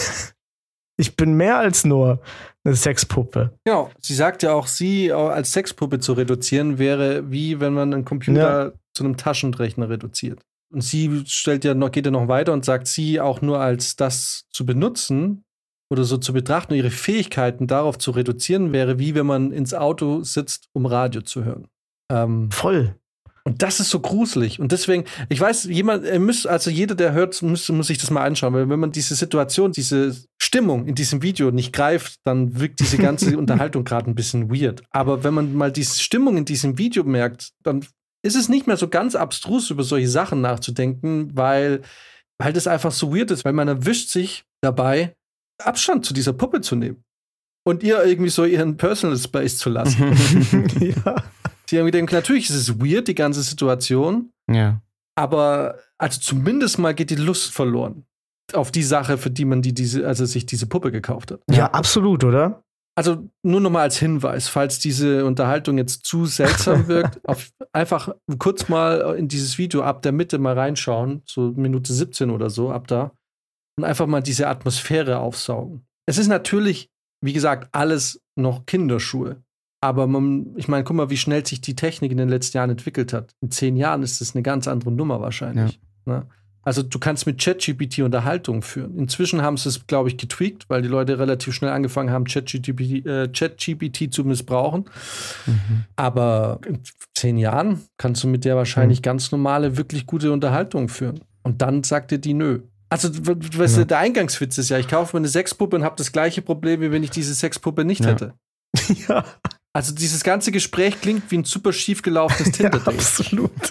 Ich bin mehr als nur eine Sexpuppe. Genau, sie sagt ja auch, sie als Sexpuppe zu reduzieren, wäre wie wenn man einen Computer zu einem Taschenrechner reduziert. Und sie geht ja noch weiter und sagt, sie auch nur als das zu benutzen oder so zu betrachten und ihre Fähigkeiten darauf zu reduzieren, wäre wie wenn man ins Auto sitzt, um Radio zu hören. Voll. Und das ist so gruselig. Und deswegen, ich weiß, jeder, der hört, muss sich das mal anschauen. Weil wenn man diese Situation, diese Stimmung in diesem Video nicht greift, dann wirkt diese ganze Unterhaltung gerade ein bisschen weird. Aber wenn man mal diese Stimmung in diesem Video merkt, dann ist es nicht mehr so ganz abstrus, über solche Sachen nachzudenken, weil das einfach so weird ist. Weil man erwischt sich dabei, Abstand zu dieser Puppe zu nehmen. Und ihr irgendwie so ihren Personal Space zu lassen. Ja. Die irgendwie denken, natürlich ist es weird, die ganze Situation. Ja. Aber also zumindest mal geht die Lust verloren auf die Sache, für die man sich diese Puppe gekauft hat. Ja, absolut, oder? Also nur noch mal als Hinweis, falls diese Unterhaltung jetzt zu seltsam wirkt, einfach kurz mal in dieses Video ab der Mitte mal reinschauen, so Minute 17 oder so, ab da, und einfach mal diese Atmosphäre aufsaugen. Es ist natürlich, wie gesagt, alles noch Kinderschuhe. Aber ich meine, guck mal, wie schnell sich die Technik in den letzten Jahren entwickelt hat. In 10 Jahren ist das eine ganz andere Nummer wahrscheinlich. Ja. Ne? Also du kannst mit ChatGPT Unterhaltungen führen. Inzwischen haben sie es, glaube ich, getweakt, weil die Leute relativ schnell angefangen haben, ChatGPT zu missbrauchen. Mhm. Aber in 10 Jahren kannst du mit der wahrscheinlich ganz normale, wirklich gute Unterhaltungen führen. Und dann sagt dir die nö. Also, weißt du, der Eingangswitz ist ja, ich kaufe mir eine Sexpuppe und habe das gleiche Problem, wie wenn ich diese Sexpuppe nicht hätte. Ja. Also dieses ganze Gespräch klingt wie ein super schief gelaufenes Tinder-Date. Ja, absolut.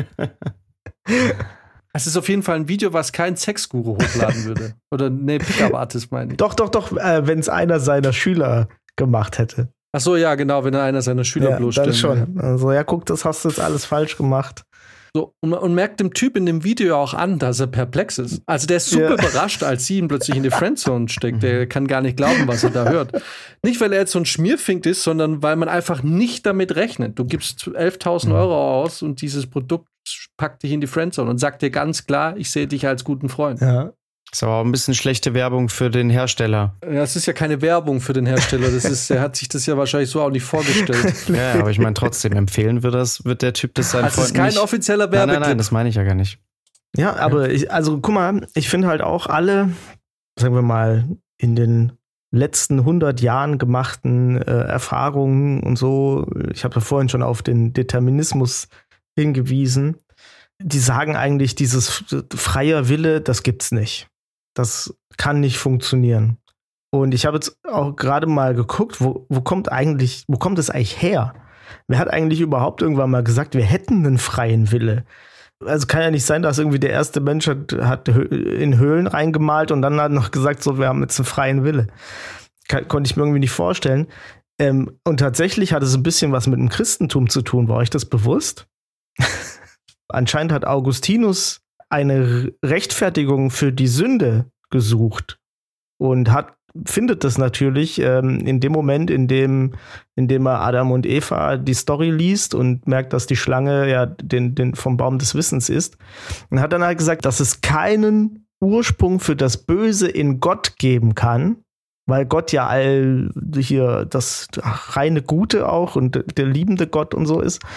Es ist auf jeden Fall ein Video, was kein Sexguru hochladen würde. Oder Pickup-Artist meine ich. Doch, wenn es einer seiner Schüler gemacht hätte. Ach so, ja, genau, wenn er einer seiner Schüler bloßstellen. Dann schon. Ja. Also, ja, guck, das hast du jetzt alles falsch gemacht. So, und merkt dem Typ in dem Video auch an, dass er perplex ist. Also der ist super überrascht, als sie ihn plötzlich in die Friendzone steckt. Der kann gar nicht glauben, was er da hört. Nicht, weil er jetzt so ein Schmierfink ist, sondern weil man einfach nicht damit rechnet. Du gibst 11.000 Euro aus und dieses Produkt packt dich in die Friendzone und sagt dir ganz klar, ich sehe dich als guten Freund. Ja. Ist aber auch ein bisschen schlechte Werbung für den Hersteller. Ja, es ist ja keine Werbung für den Hersteller. Er hat sich das ja wahrscheinlich so auch nicht vorgestellt. Ja, aber ich meine trotzdem, empfehlen wird der Typ das seinen Freunden nicht. Das ist kein offizieller Werbeclip. Nein, das meine ich ja gar nicht. Ja, aber guck mal, ich finde halt auch alle, sagen wir mal, in den letzten 100 Jahren gemachten Erfahrungen und so, ich habe ja vorhin schon auf den Determinismus hingewiesen, die sagen eigentlich, dieses freier Wille, das gibt's nicht. Das kann nicht funktionieren. Und ich habe jetzt auch gerade mal geguckt, wo kommt es eigentlich her? Wer hat eigentlich überhaupt irgendwann mal gesagt, wir hätten einen freien Wille? Also kann ja nicht sein, dass irgendwie der erste Mensch hat in Höhlen reingemalt und dann hat noch gesagt, so, wir haben jetzt einen freien Wille. Konnte ich mir irgendwie nicht vorstellen. Und tatsächlich hat es ein bisschen was mit dem Christentum zu tun. War euch das bewusst? Anscheinend hat Augustinus eine Rechtfertigung für die Sünde gesucht und findet das natürlich in dem Moment, in dem er Adam und Eva die Story liest und merkt, dass die Schlange ja den vom Baum des Wissens ist. Und hat dann halt gesagt, dass es keinen Ursprung für das Böse in Gott geben kann, weil Gott ja hier das reine Gute auch und der liebende Gott und so ist.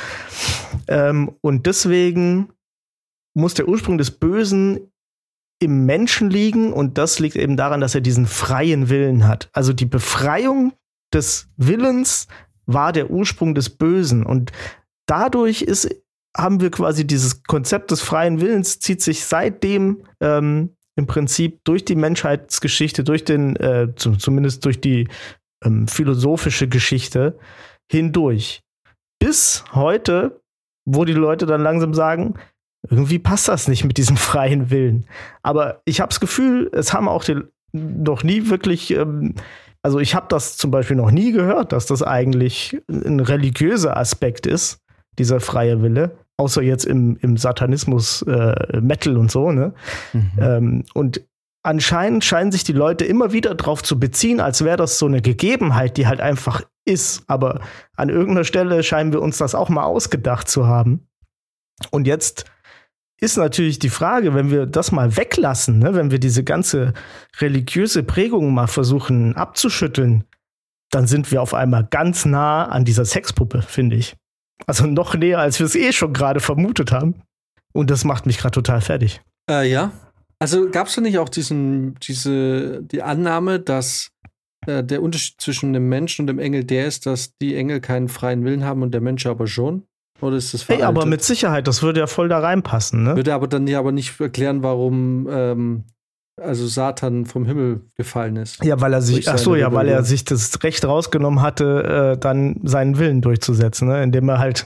Und deswegen muss der Ursprung des Bösen im Menschen liegen und das liegt eben daran, dass er diesen freien Willen hat. Also die Befreiung des Willens war der Ursprung des Bösen und dadurch haben wir quasi dieses Konzept des freien Willens, zieht sich seitdem im Prinzip durch die Menschheitsgeschichte, zumindest durch die philosophische Geschichte hindurch. Bis heute, wo die Leute dann langsam sagen, irgendwie passt das nicht mit diesem freien Willen. Aber ich habe das Gefühl, es haben auch noch nie wirklich, also ich habe das zum Beispiel noch nie gehört, dass das eigentlich ein religiöser Aspekt ist, dieser freie Wille. Außer jetzt im Satanismus, Metal und so, ne? Mhm. Und anscheinend scheinen sich die Leute immer wieder drauf zu beziehen, als wäre das so eine Gegebenheit, die halt einfach ist. Aber an irgendeiner Stelle scheinen wir uns das auch mal ausgedacht zu haben. Und jetzt ist natürlich die Frage, wenn wir das mal weglassen, ne, wenn wir diese ganze religiöse Prägung mal versuchen abzuschütteln, dann sind wir auf einmal ganz nah an dieser Sexpuppe, finde ich. Also noch näher, als wir es schon gerade vermutet haben. Und das macht mich gerade total fertig. Ja. Also gab es da nicht auch die Annahme, dass der Unterschied zwischen dem Menschen und dem Engel der ist, dass die Engel keinen freien Willen haben und der Mensch aber schon? Oder ist das veraltet? veraltet? Aber mit Sicherheit, das würde ja voll da reinpassen, ne? Würde aber dann ja nicht erklären, warum also Satan vom Himmel gefallen ist. Ja, weil er sich das Recht rausgenommen hatte, dann seinen Willen durchzusetzen, ne? Indem er halt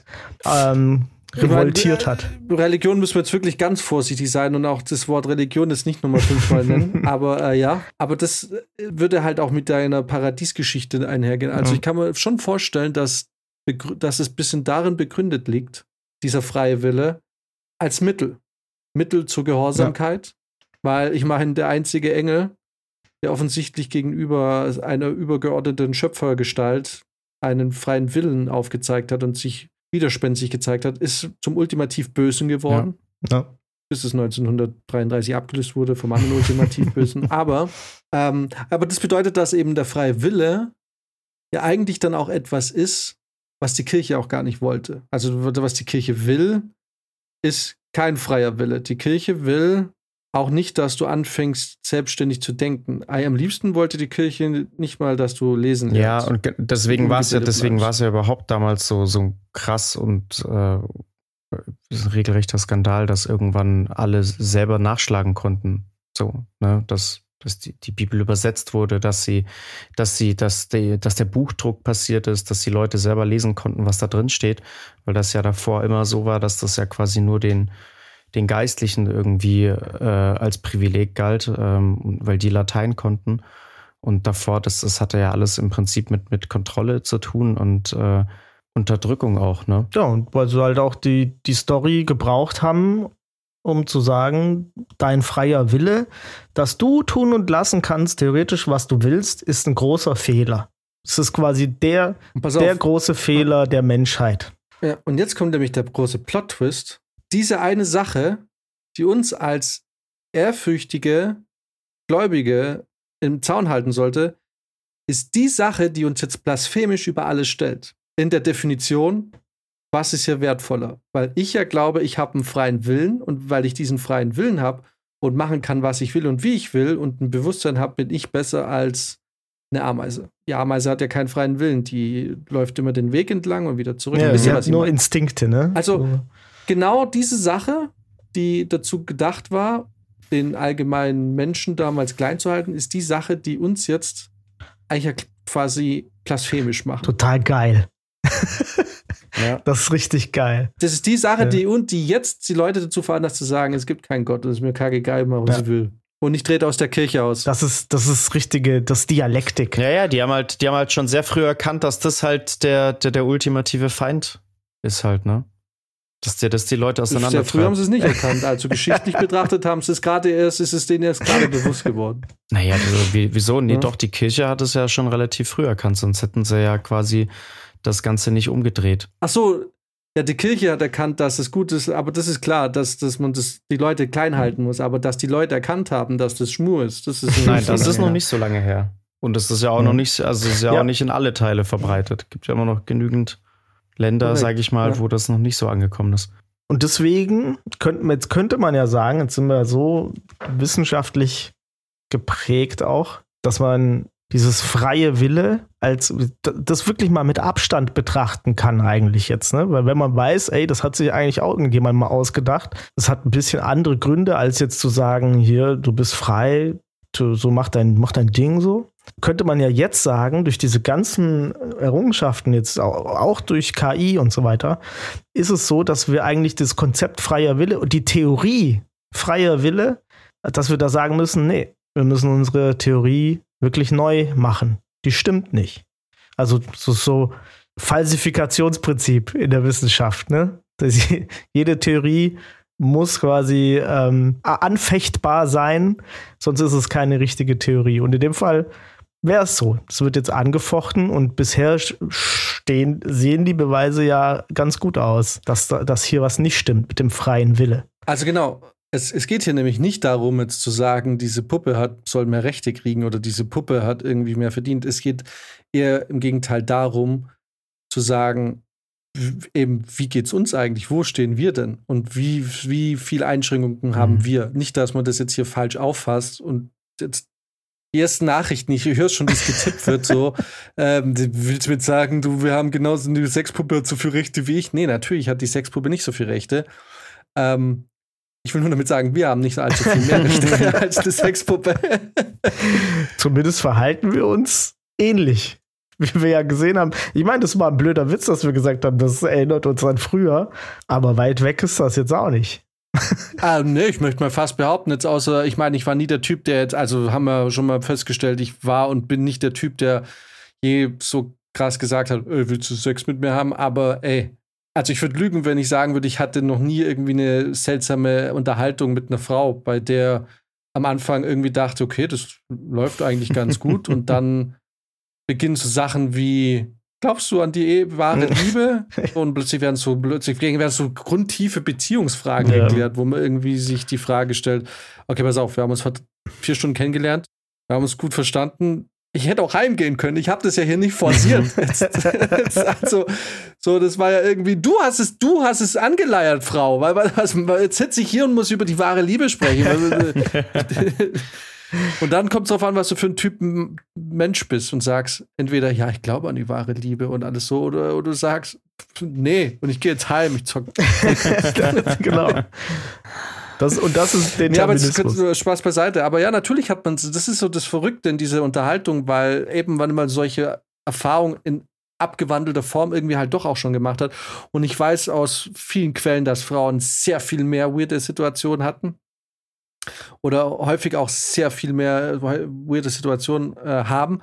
revoltiert hat. Religion müssen wir jetzt wirklich ganz vorsichtig sein und auch das Wort Religion jetzt nicht nochmal 5-mal nennen. Aber das würde halt auch mit deiner Paradiesgeschichte einhergehen. Also ich kann mir schon vorstellen, dass es ein bisschen darin begründet liegt, dieser freie Wille, als Mittel zur Gehorsamkeit. Weil ich meine, der einzige Engel, der offensichtlich gegenüber einer übergeordneten Schöpfergestalt einen freien Willen aufgezeigt hat und sich widerspenstig gezeigt hat, ist zum ultimativ Bösen geworden. Ja. Bis es 1933 abgelöst wurde vom anderen ultimativ Bösen. Aber das bedeutet, dass eben der freie Wille ja eigentlich dann auch etwas ist, was die Kirche auch gar nicht wollte. Also was die Kirche will, ist kein freier Wille. Die Kirche will auch nicht, dass du anfängst, selbstständig zu denken. Am liebsten wollte die Kirche nicht mal, dass du lesen lernst. Ja, und deswegen war es ja überhaupt damals so krass und ein regelrechter Skandal, dass irgendwann alle selber nachschlagen konnten. So, ne, dass die Bibel übersetzt wurde, dass der Buchdruck passiert ist, dass die Leute selber lesen konnten, was da drin steht, weil das ja davor immer so war, dass das ja quasi nur den Geistlichen irgendwie als Privileg galt, weil die Latein konnten. Und davor, das hatte ja alles im Prinzip mit Kontrolle zu tun und Unterdrückung auch, ne? Ja, und weil sie halt auch die Story gebraucht haben, um zu sagen, dein freier Wille, dass du tun und lassen kannst, theoretisch, was du willst, ist ein großer Fehler. Es ist quasi der große Fehler der Menschheit. Ja, und jetzt kommt nämlich der große Plot-Twist. Diese eine Sache, die uns als ehrfürchtige Gläubige im Zaun halten sollte, ist die Sache, die uns jetzt blasphemisch über alles stellt. In der Definition, was ist hier wertvoller? Weil ich ja glaube, ich habe einen freien Willen und weil ich diesen freien Willen habe und machen kann, was ich will und wie ich will und ein Bewusstsein habe, bin ich besser als eine Ameise. Die Ameise hat ja keinen freien Willen, die läuft immer den Weg entlang und wieder zurück. Ja, sie hat nur Instinkte, ne? Also genau diese Sache, die dazu gedacht war, den allgemeinen Menschen damals klein zu halten, ist die Sache, die uns jetzt eigentlich quasi blasphemisch macht. Total geil. Ja. Das ist richtig geil. Das ist die Sache, die jetzt die Leute dazu veranlasst zu sagen, es gibt keinen Gott, es ist mir kackegal, was ich will. Und ich trete aus der Kirche aus. Das ist Dialektik. Ja, die haben halt schon sehr früh erkannt, dass das halt der ultimative Feind ist halt, ne? Dass die Leute auseinander sehr früh haben sie es nicht erkannt. Also geschichtlich betrachtet haben sie es gerade erst, ist es denen erst gerade bewusst geworden. Naja, wieso? Nee, doch, die Kirche hat es ja schon relativ früh erkannt, sonst hätten sie ja quasi das Ganze nicht umgedreht. Ach so, ja, die Kirche hat erkannt, dass es gut ist, aber das ist klar, dass man die Leute klein halten muss, aber dass die Leute erkannt haben, dass das Schmur ist, das ist Nein, das ist noch nicht so lange her. Und das ist ja auch noch nicht, also es ist ja auch nicht in alle Teile verbreitet. Gibt ja immer noch genügend Länder, sage ich mal, wo das noch nicht so angekommen ist. Und deswegen könnte man ja sagen, jetzt sind wir so wissenschaftlich geprägt auch, dass man dieses freie Wille als das wirklich mal mit Abstand betrachten kann eigentlich jetzt, ne? Weil wenn man weiß, das hat sich eigentlich auch irgendjemand mal ausgedacht, das hat ein bisschen andere Gründe, als jetzt zu sagen, hier, du bist frei, so mach dein Ding so. Könnte man ja jetzt sagen, durch diese ganzen Errungenschaften jetzt auch durch KI und so weiter, ist es so, dass wir eigentlich das Konzept freier Wille und die Theorie freier Wille, dass wir da sagen müssen, nee, wir müssen unsere Theorie wirklich neu machen. Die stimmt nicht. Also so Falsifikationsprinzip in der Wissenschaft, ne? Jede Theorie muss quasi anfechtbar sein, sonst ist es keine richtige Theorie. Und in dem Fall wäre es so. Es wird jetzt angefochten und bisher sehen die Beweise ja ganz gut aus, dass hier was nicht stimmt mit dem freien Wille. Also genau, es geht hier nämlich nicht darum, jetzt zu sagen, diese Puppe soll mehr Rechte kriegen oder diese Puppe hat irgendwie mehr verdient. Es geht eher im Gegenteil darum, zu sagen, eben, wie geht's uns eigentlich? Wo stehen wir denn? Und wie viel Einschränkungen haben wir? Nicht, dass man das jetzt hier falsch auffasst und jetzt die ersten Nachrichten, ich höre schon, wie es getippt wird, so, willst du mir sagen, wir haben genauso eine Sexpuppe so viele Rechte wie ich? Nee, natürlich hat die Sexpuppe nicht so viele Rechte. Ich will nur damit sagen, wir haben nicht allzu viel mehr Rechte als die Sexpuppe. Zumindest verhalten wir uns ähnlich. Wie wir ja gesehen haben. Ich meine, das war ein blöder Witz, dass wir gesagt haben, das erinnert uns an früher. Aber weit weg ist das jetzt auch nicht. Nee, ich möchte mal fast behaupten, jetzt außer, ich meine, ich war nie der Typ, der jetzt, also haben wir schon mal festgestellt, ich war und bin nicht der Typ, der je so krass gesagt hat, willst du Sex mit mir haben? Aber also ich würde lügen, wenn ich sagen würde, ich hatte noch nie irgendwie eine seltsame Unterhaltung mit einer Frau, bei der am Anfang irgendwie dachte, okay, das läuft eigentlich ganz gut und dann beginnen so Sachen wie, glaubst du an die wahre Liebe? Und plötzlich werden so grundtiefe Beziehungsfragen erklärt, wo man irgendwie sich die Frage stellt, okay, pass auf, wir haben uns vor 4 Stunden kennengelernt, wir haben uns gut verstanden. Ich hätte auch heimgehen können, ich habe das ja hier nicht forciert. Also, so, das war ja irgendwie, du hast es angeleiert, Frau, weil jetzt sitze ich hier und muss über die wahre Liebe sprechen. Und dann kommt es darauf an, was du für ein Typ Mensch bist und sagst entweder, ja, ich glaube an die wahre Liebe und alles so, oder du sagst, nee, und ich gehe jetzt heim, ich zock. Genau. Das ist Determinismus. Ja, aber Spaß beiseite. Aber ja, natürlich hat man, das ist so das Verrückte in dieser Unterhaltung, weil eben, wenn man solche Erfahrungen in abgewandelter Form irgendwie halt doch auch schon gemacht hat. Und ich weiß aus vielen Quellen, dass Frauen sehr viel mehr weirde Situationen hatten. Oder häufig auch sehr viel mehr weirde Situationen haben.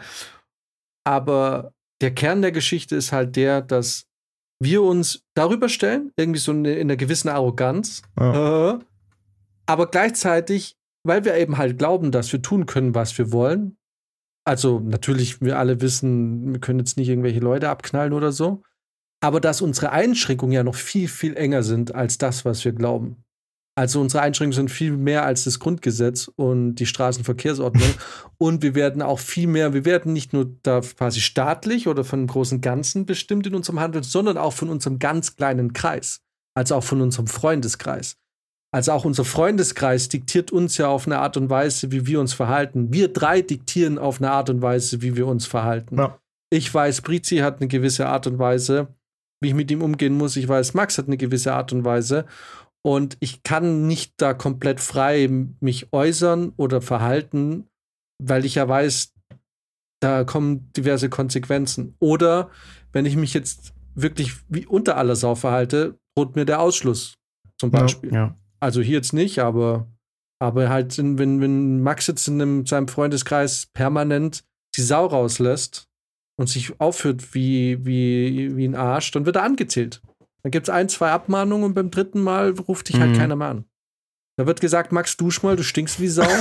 Aber der Kern der Geschichte ist halt der, dass wir uns darüber stellen, irgendwie so in einer gewissen Arroganz. Ja. Aber gleichzeitig, weil wir eben halt glauben, dass wir tun können, was wir wollen. Also natürlich, wir alle wissen, wir können jetzt nicht irgendwelche Leute abknallen oder so. Aber dass unsere Einschränkungen ja noch viel, viel enger sind als das, was wir glauben. Also unsere Einschränkungen sind viel mehr als das Grundgesetz und die Straßenverkehrsordnung. Und wir werden auch viel mehr, wir werden nicht nur da quasi staatlich oder von dem großen Ganzen bestimmt in unserem Handeln, sondern auch von unserem ganz kleinen Kreis. Also auch von unserem Freundeskreis. Also auch unser Freundeskreis diktiert uns ja auf eine Art und Weise, wie wir uns verhalten. Wir 3 diktieren auf eine Art und Weise, wie wir uns verhalten. Ja. Ich weiß, Brizi hat eine gewisse Art und Weise, wie ich mit ihm umgehen muss. Ich weiß, Max hat eine gewisse Art und Weise. Und ich kann nicht da komplett frei mich äußern oder verhalten, weil ich ja weiß, da kommen diverse Konsequenzen. Oder wenn ich mich jetzt wirklich wie unter aller Sau verhalte, droht mir der Ausschluss zum Beispiel. Ja. Also hier jetzt nicht, aber halt, wenn Max jetzt in seinem Freundeskreis permanent die Sau rauslässt und sich aufführt wie ein Arsch, dann wird er angezählt. Dann gibt es 1, 2 Abmahnungen und beim 3. Mal ruft dich halt keiner mehr an. Da wird gesagt, Max, dusch mal, du stinkst wie Sau.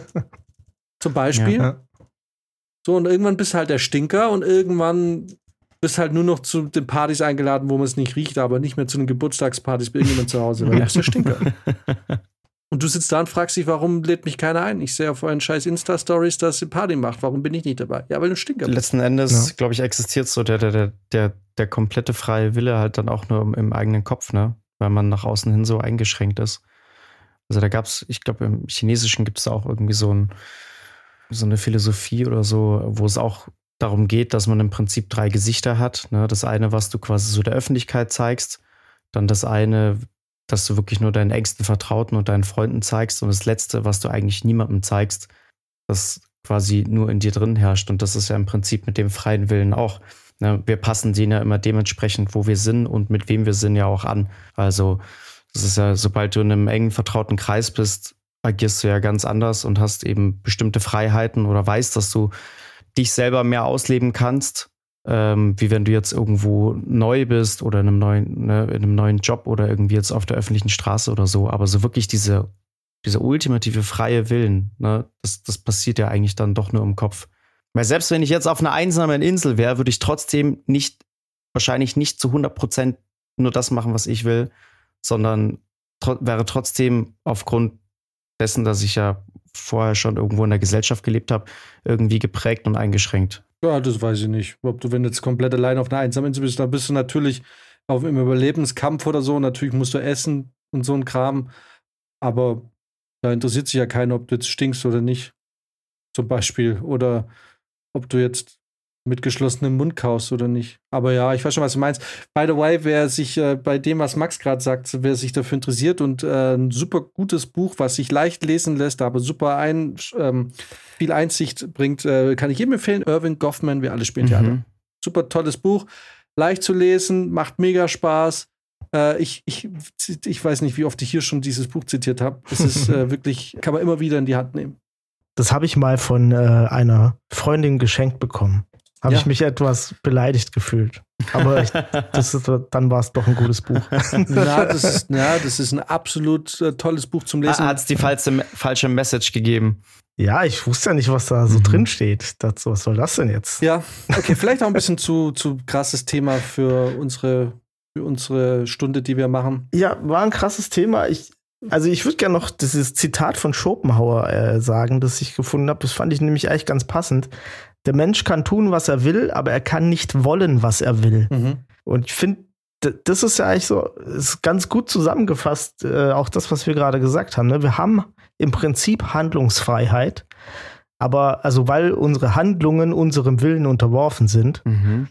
Zum Beispiel. Ja. So, und irgendwann bist du halt der Stinker und irgendwann bist halt nur noch zu den Partys eingeladen, wo man es nicht riecht, aber nicht mehr zu den Geburtstagspartys bei irgendjemand zu Hause, weil du bist der Stinker. Und du sitzt da und fragst dich, warum lädt mich keiner ein? Ich sehe auf euren scheiß Insta-Stories, dass ihr Party macht. Warum bin ich nicht dabei? Ja, weil du Stinker bist. Letzten Endes, glaube ich, existiert so der komplette freie Wille halt dann auch nur im eigenen Kopf, ne? Weil man nach außen hin so eingeschränkt ist. Also da gab's, ich glaube, im Chinesischen gibt es auch irgendwie so eine Philosophie oder so, wo es auch darum geht, dass man im Prinzip 3 Gesichter hat. Ne? Das eine, was du quasi so der Öffentlichkeit zeigst. Dann das eine, dass du wirklich nur deinen engsten Vertrauten und deinen Freunden zeigst. Und das letzte, was du eigentlich niemandem zeigst, das quasi nur in dir drin herrscht. Und das ist ja im Prinzip mit dem freien Willen auch. Ne? Wir passen den ja immer dementsprechend, wo wir sind und mit wem wir sind, ja auch an. Also das ist ja, sobald du in einem engen, vertrauten Kreis bist, agierst du ja ganz anders und hast eben bestimmte Freiheiten oder weißt, dass du dich selber mehr ausleben kannst, wie wenn du jetzt irgendwo neu bist oder in einem neuen Job oder irgendwie jetzt auf der öffentlichen Straße oder so. Aber so wirklich dieser ultimative freie Willen, ne, das passiert ja eigentlich dann doch nur im Kopf. Weil selbst wenn ich jetzt auf einer einsamen Insel wäre, würde ich trotzdem wahrscheinlich nicht zu 100% nur das machen, was ich will, sondern wäre trotzdem aufgrund dessen, dass ich ja vorher schon irgendwo in der Gesellschaft gelebt habe, irgendwie geprägt und eingeschränkt. Ja, das weiß ich nicht. Ob du, wenn du jetzt komplett allein auf einer einsamen Insel bist, dann bist du natürlich im Überlebenskampf oder so. Natürlich musst du essen und so ein Kram. Aber da interessiert sich ja keiner, ob du jetzt stinkst oder nicht. zum Beispiel. Oder ob du jetzt mit geschlossenem Mund kaust oder nicht. Aber ja, ich weiß schon, was du meinst. By the way, wer sich bei dem, was Max gerade sagt, wer sich dafür interessiert und ein super gutes Buch, was sich leicht lesen lässt, aber super viel Einsicht bringt, kann ich jedem empfehlen. Irving Goffman, wir alle spielen Theater. Super tolles Buch, leicht zu lesen, macht mega Spaß. Ich weiß nicht, wie oft ich hier schon dieses Buch zitiert habe. Es ist wirklich, kann man immer wieder in die Hand nehmen. Das habe ich mal von einer Freundin geschenkt bekommen. Habe ich mich etwas beleidigt gefühlt. Aber dann war es doch ein gutes Buch. Das ist ein absolut tolles Buch zum Lesen. Hat es die falsche Message gegeben? Ja, ich wusste ja nicht, was da so drin steht. Was soll das denn jetzt? Ja, okay, vielleicht auch ein bisschen zu krasses Thema für unsere Stunde, die wir machen. Ja, war ein krasses Thema. Ich würde gerne noch dieses Zitat von Schopenhauer sagen, das ich gefunden habe. Das fand ich nämlich eigentlich ganz passend. Der Mensch kann tun, was er will, aber er kann nicht wollen, was er will. Und ich finde, das ist ja eigentlich so, ist ganz gut zusammengefasst, auch das, was wir gerade gesagt haben. Ne? Wir haben im Prinzip Handlungsfreiheit, aber also weil unsere Handlungen unserem Willen unterworfen sind.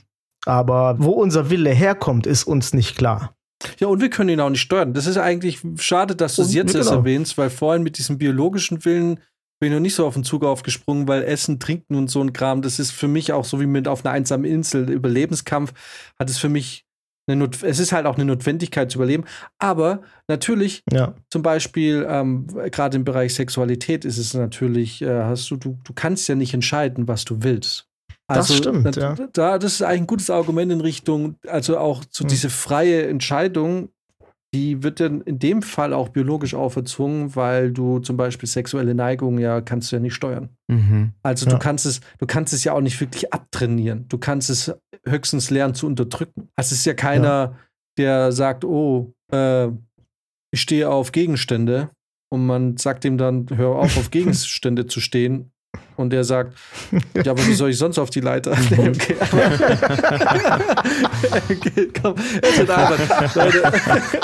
Aber wo unser Wille herkommt, ist uns nicht klar. Ja, und wir können ihn auch nicht steuern. Das ist eigentlich schade, dass du es jetzt erst erwähnst, weil vorhin mit diesem biologischen Willen bin ich noch nicht so auf den Zug aufgesprungen, weil Essen, Trinken und so ein Kram, das ist für mich auch so wie mit auf einer einsamen Insel, Überlebenskampf, hat es für mich es ist halt auch eine Notwendigkeit zu überleben. Aber natürlich, zum Beispiel, gerade im Bereich Sexualität ist es natürlich, du kannst ja nicht entscheiden, was du willst. Also, das stimmt, das ist eigentlich ein gutes Argument in Richtung, also auch zu diese freie Entscheidung, die wird dann in dem Fall auch biologisch auferzwungen, weil du zum Beispiel sexuelle Neigungen kannst du ja nicht steuern. Also du kannst es ja auch nicht wirklich abtrainieren. Du kannst es höchstens lernen zu unterdrücken. Also es ist ja keiner, der sagt, ich stehe auf Gegenstände und man sagt ihm dann, hör auf Gegenstände zu stehen. Und der sagt, ja, aber wie soll ich sonst auf die Leiter? Okay, komm, es wird albern. Leute.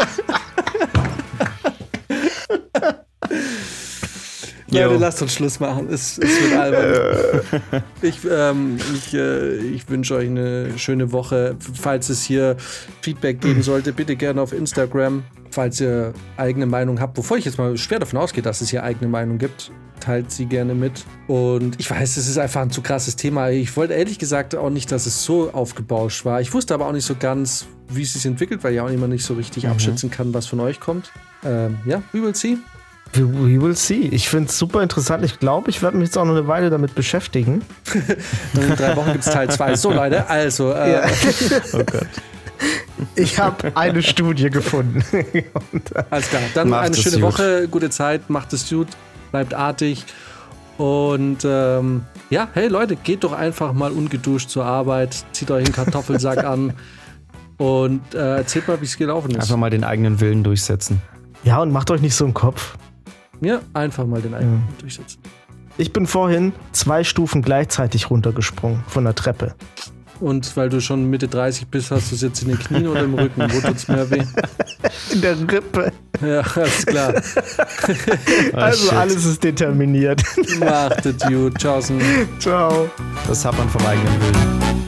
Leute, lasst uns Schluss machen. Es wird albern. Ich wünsche euch eine schöne Woche. Falls es hier Feedback geben sollte, bitte gerne auf Instagram. Falls ihr eigene Meinung habt, wovor ich jetzt mal schwer davon ausgehe, dass es hier eigene Meinung gibt, teilt sie gerne mit. Und ich weiß, es ist einfach ein zu krasses Thema. Ich wollte ehrlich gesagt auch nicht, dass es so aufgebauscht war. Ich wusste aber auch nicht so ganz, wie es sich entwickelt, weil ja auch immer nicht so richtig abschätzen kann, was von euch kommt. We will see. We will see. Ich finde es super interessant. Ich glaube, ich werde mich jetzt auch noch eine Weile damit beschäftigen. In 3 Wochen gibt es Teil 2. So, Leute, also. Oh Gott. Ich habe eine Studie gefunden. Alles klar. Dann eine schöne Woche, gute Zeit, macht es gut, bleibt artig. Und hey Leute, geht doch einfach mal ungeduscht zur Arbeit, zieht euch einen Kartoffelsack an und erzählt mal, wie es gelaufen ist. Einfach mal den eigenen Willen durchsetzen. Ja, und macht euch nicht so einen Kopf. Ja, einfach mal den eigenen Willen durchsetzen. Ich bin vorhin 2 Stufen gleichzeitig runtergesprungen von der Treppe. Und weil du schon Mitte 30 bist, hast du es jetzt in den Knien oder im Rücken? Wo tut's mehr weh? In der Rippe. Ja, alles klar. Also alles ist determiniert. Macht es gut. Tschaußen. Ciao. Das hat man vom eigenen Willen.